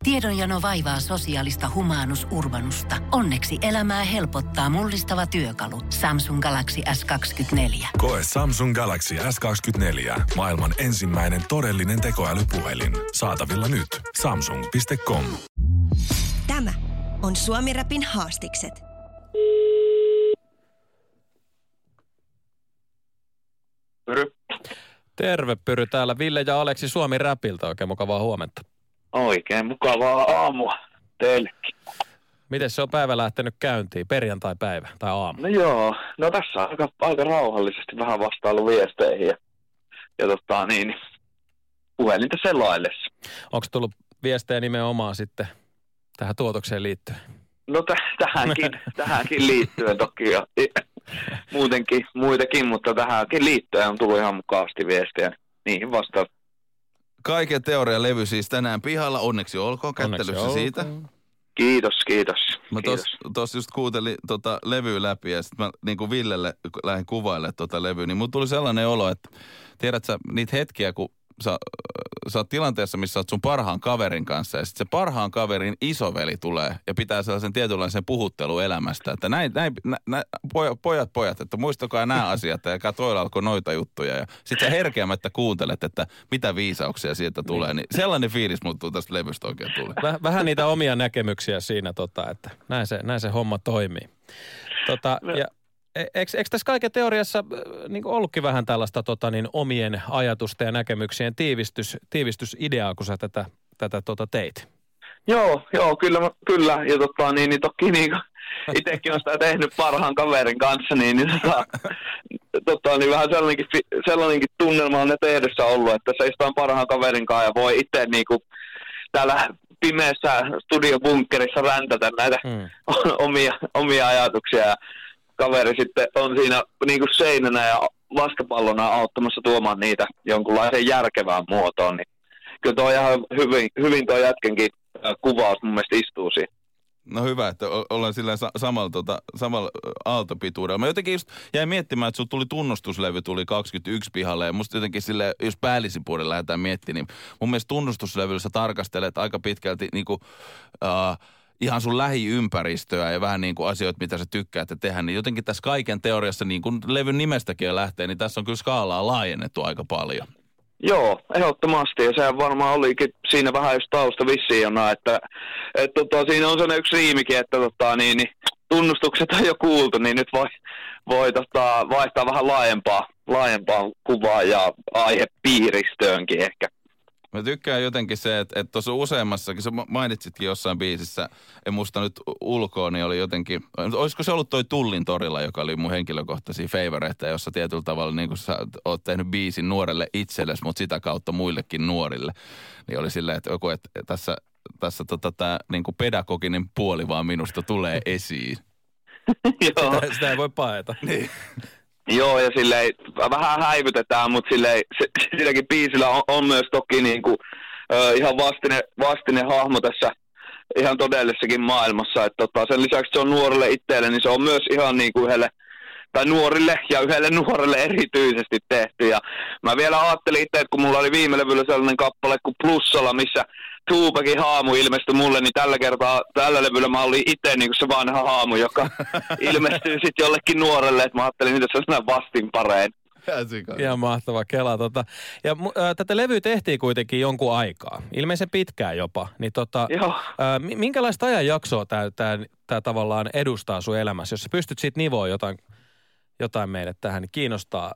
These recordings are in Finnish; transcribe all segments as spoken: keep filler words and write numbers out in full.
Tiedonjano vaivaa sosiaalista humanus urbanusta. Onneksi elämää helpottaa mullistava työkalu. Samsung Galaxy S kaksikymmentäneljä. Koe Samsung Galaxy S kaksikymmentäneljä. Maailman ensimmäinen todellinen tekoälypuhelin. Saatavilla nyt. Samsung piste com. Tämä on Suomi Rapin haastikset. Pyry. Terve Pyry, täällä Ville ja Aleksi Suomi Rapilta. Oikein mukavaa huomenta. Oikein mukavaa aamua teillekin. Miten se on päivä lähtenyt käyntiin? Perjantai-päivä tai aamu? No joo, no tässä on aika, aika rauhallisesti vähän vastailu viesteihin ja, ja tota niin, puhelinta selaillessa. Onko tullut viestejä nimenomaan sitten tähän tuotokseen liittyen? No t- tähänkin, tähänkin liittyen toki ja muutenkin, muitakin, mutta tähänkin liittyen on tullut ihan mukavasti viestejä. Niihin vastaan. Kaiken teorian levy siis tänään pihalla. Onneksi olkoon kättelyssä Onneksi siitä. Olkoon. Kiitos, kiitos. Mä tuossa just kuuntelin tota levyä läpi ja sitten mä niin kuin Villelle lähdin kuvailemaan tota levyä, niin mun tuli sellainen olo, että tiedät sä niitä hetkiä, kun sä, sä oot tilanteessa, missä oot sun parhaan kaverin kanssa ja sitten se parhaan kaverin isoveli tulee ja pitää sellaisen tietynlaisen puhuttelun elämästä, että näin, näin, näin pojat, pojat, pojat, että muistakaa nämä asiat ja toilla alkoi noita juttuja ja sitten sä herkeämättä kuuntelet, että mitä viisauksia sieltä tulee, niin sellainen fiilis muuttuu tästä levystä oikein tulee. Väh, vähän niitä omia näkemyksiä siinä, tota, että näin se, näin se homma toimii. Tota, ja Eikö, eikö tässä kaiken teoriassa niin ollutkin vähän tällaista tota, niin, omien ajatusten ja näkemyksien tiivistys, tiivistysideaa, kun sä tätä, tätä tota, teit? Joo, joo, kyllä, kyllä. Ja tota, niin, niin toki niin, itsekin olen sitä tehnyt parhaan kaverin kanssa, niin, niin, tota, tota, niin vähän sellainenkin, sellainenkin tunnelma on ne tehdessä ollut, että seistään parhaan kaverin kanssa ja voi itse niin kuin, täällä pimeässä studiobunkkerissa räntätä näitä hmm. omia, omia ajatuksia ja kaveri sitten on siinä niin kuin seinänä ja vastapallona auttamassa tuomaan niitä jonkunlaiseen järkevään muotoon. Niin kyllä tuo ihan hyvin, hyvin tuo jätkenkin kuvaus mun mielestä istuu siihen. No hyvä, että ollaan sillä samalla, tota, samalla aaltopituudella. Mä jotenkin just jäin miettimään, että sun tuli tunnustuslevy, tuli kaksikymmentäyksi pihalle. Ja musta jotenkin sille, jos päällisin puolella lähdetään miettimään, niin mun mielestä tunnustuslevyllä sä tarkastelet aika pitkälti niinku Uh, ihan sun lähiympäristöä ja vähän niin kuin asioita, mitä sä tykkäät tehdä, niin jotenkin tässä kaiken teoriassa, niin kuin levyn nimestäkin lähtee, niin tässä on kyllä skaalaa laajennettu aika paljon. Joo, ehdottomasti, ja sehän varmaan olikin siinä vähän just taustavisiona, että et, tota, siinä on sellainen yksi riimikin, että tota, niin, niin, tunnustukset on jo kuultu, niin nyt voi, voi tota, vaihtaa vähän laajempaa, laajempaa kuvaa ja aihepiiristöönkin ehkä. Mä tykkään jotenkin se, että tuossa useammassakin, sä mainitsitkin jossain biisissä, en muista nyt ulkoa, niin oli jotenkin, olisiko se ollut toi Tullin torilla, joka oli mun henkilökohtaisia favoreita, jossa tietyllä tavalla niin kun sä oot tehnyt biisin nuorelle itsellesi, mutta sitä kautta muillekin nuorille, niin oli silleen, että joku, että tässä, tässä tota, tää niin kuin pedagoginen puoli vaan minusta tulee esiin. Joo. Sitä, sitä ei voi paeta. Niin. Joo, ja silleen vähän häivytetään, mutta silleen, silläkin biisillä on, on myös toki niin kuin, ö, ihan vastine, vastine hahmo tässä ihan todellisessakin maailmassa. Et, tota, sen lisäksi se on nuorelle itselle, niin se on myös ihan niin kuin yhdelle, tai nuorille ja yhdelle nuorelle erityisesti tehty. Ja mä vielä ajattelin itse, että kun mulla oli viime levyllä sellainen kappale kuin Plussalla, missä Tupakin haamu ilmestyi mulle, niin tällä kertaa, tällä levyllä mä olin itse niin kuin se vanha haamu, joka ilmestyy sitten jollekin nuorelle, että mä ajattelin, mitä se on näin vastinpareen. Ihan mahtava kela. Tota. Ja äh, tätä levyä tehtiin kuitenkin jonkun aikaa, ilmeisen pitkään jopa. Niin tota, äh, minkälaista ajanjaksoa tämä tavallaan edustaa sun elämässä? Jos sä pystyt siitä nivoa jotain, jotain meille tähän, niin kiinnostaa.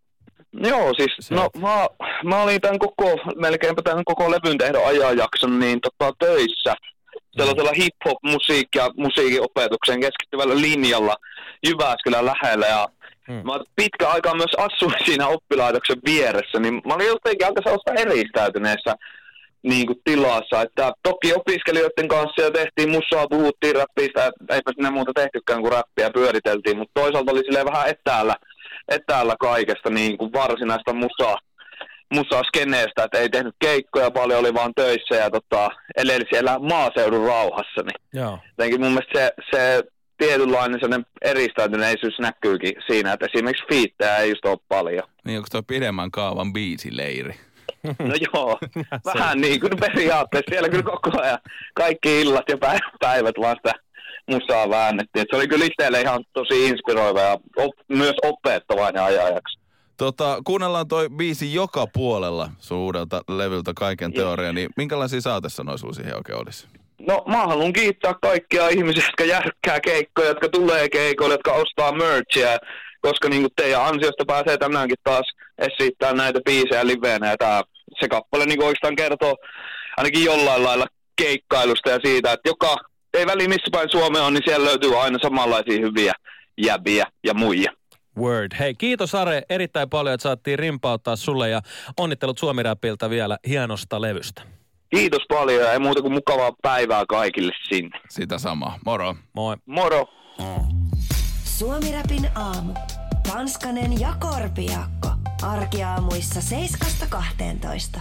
Joo, siis se, no mä, mä olin tämän koko, melkeinpä tämän koko levyn tehdon ajanjakson niin tota, töissä sellaisella hip-hop-musiikki- ja musiikin opetukseen keskittyvällä linjalla Jyväskylän lähellä. Ja hmm. mä pitkä aikaa myös asuin siinä oppilaitoksen vieressä, niin mä olin jotenkin aika sellaista eristäytyneessä niin kuin tilassa. Että toki opiskelijoiden kanssa ja tehtiin musaa, puhuttiin räppistä, eipä sinne muuta tehtykään kuin räppiä pyöriteltiin, mutta toisaalta oli silleen vähän etäällä. etäällä kaikesta niin kuin varsinaista musaa, musaskeneestä, että ei tehnyt keikkoja paljon, oli vaan töissä ja tota, eleli siellä maaseudun rauhassa. Niin Joo. Jotenkin mun mielestä se, se tietynlainen sellainen eristäytyneisyys näkyykin siinä, että esimerkiksi fiittejä ei just ole paljon. Niin onko tuo pidemmän kaavan biisileiri? No joo, vähän niin kuin periaatteessa. Siellä kyllä koko ajan kaikki illat ja päivät vaan sitä musaa väännettiin. Et se oli kyllä itselle ihan tosi inspiroiva ja op, myös opettavainen ajanjakso. Tota, kuunnellaan toi biisi joka puolella sun uudelta levyltä Kaiken teoria, niin minkälaisia saatesanoja sulla siihen oikein olisi? No mä haluan kiittää kaikkia ihmisiä, jotka järkkää keikkoja, jotka tulee keikoille, jotka ostaa merchia, koska niin kuin teidän ansiosta pääsee tänäänkin taas esittää näitä biisejä liveenä. Ja tää, se kappale niin kuin oikeastaan kertoo ainakin jollain lailla keikkailusta ja siitä, että joka, ei väli missä päin Suomea on, niin siellä löytyy aina samanlaisia hyviä jäbiä ja muija. Word. Hei, kiitos Are erittäin paljon, että saattiin rimpauttaa sulle ja onnittelut Suomi-Rapilta vielä hienosta levystä. Kiitos paljon ja ei muuta kuin mukavaa päivää kaikille sinne. Sitä samaa. Moro. Moi. Moro. Suomi-Rapin aamu. Tanskanen ja Korpiakko. Arkiaamuissa seiskasta kahteentoista.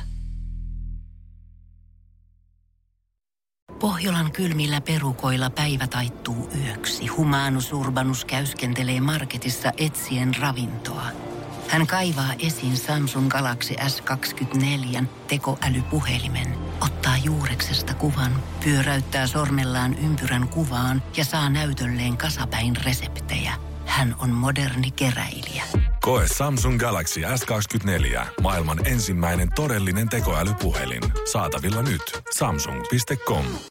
Pohjolan kylmillä perukoilla päivä taittuu yöksi. Humanus Urbanus käyskentelee marketissa etsien ravintoa. Hän kaivaa esiin Samsung Galaxy S kaksikymmentäneljä tekoälypuhelimen, ottaa juureksesta kuvan, pyöräyttää sormellaan ympyrän kuvaan ja saa näytölleen kasapäin reseptejä. Hän on moderni keräilijä. Koe Samsung Galaxy S kaksikymmentäneljä, maailman ensimmäinen todellinen tekoälypuhelin. Saatavilla nyt. Samsung piste com.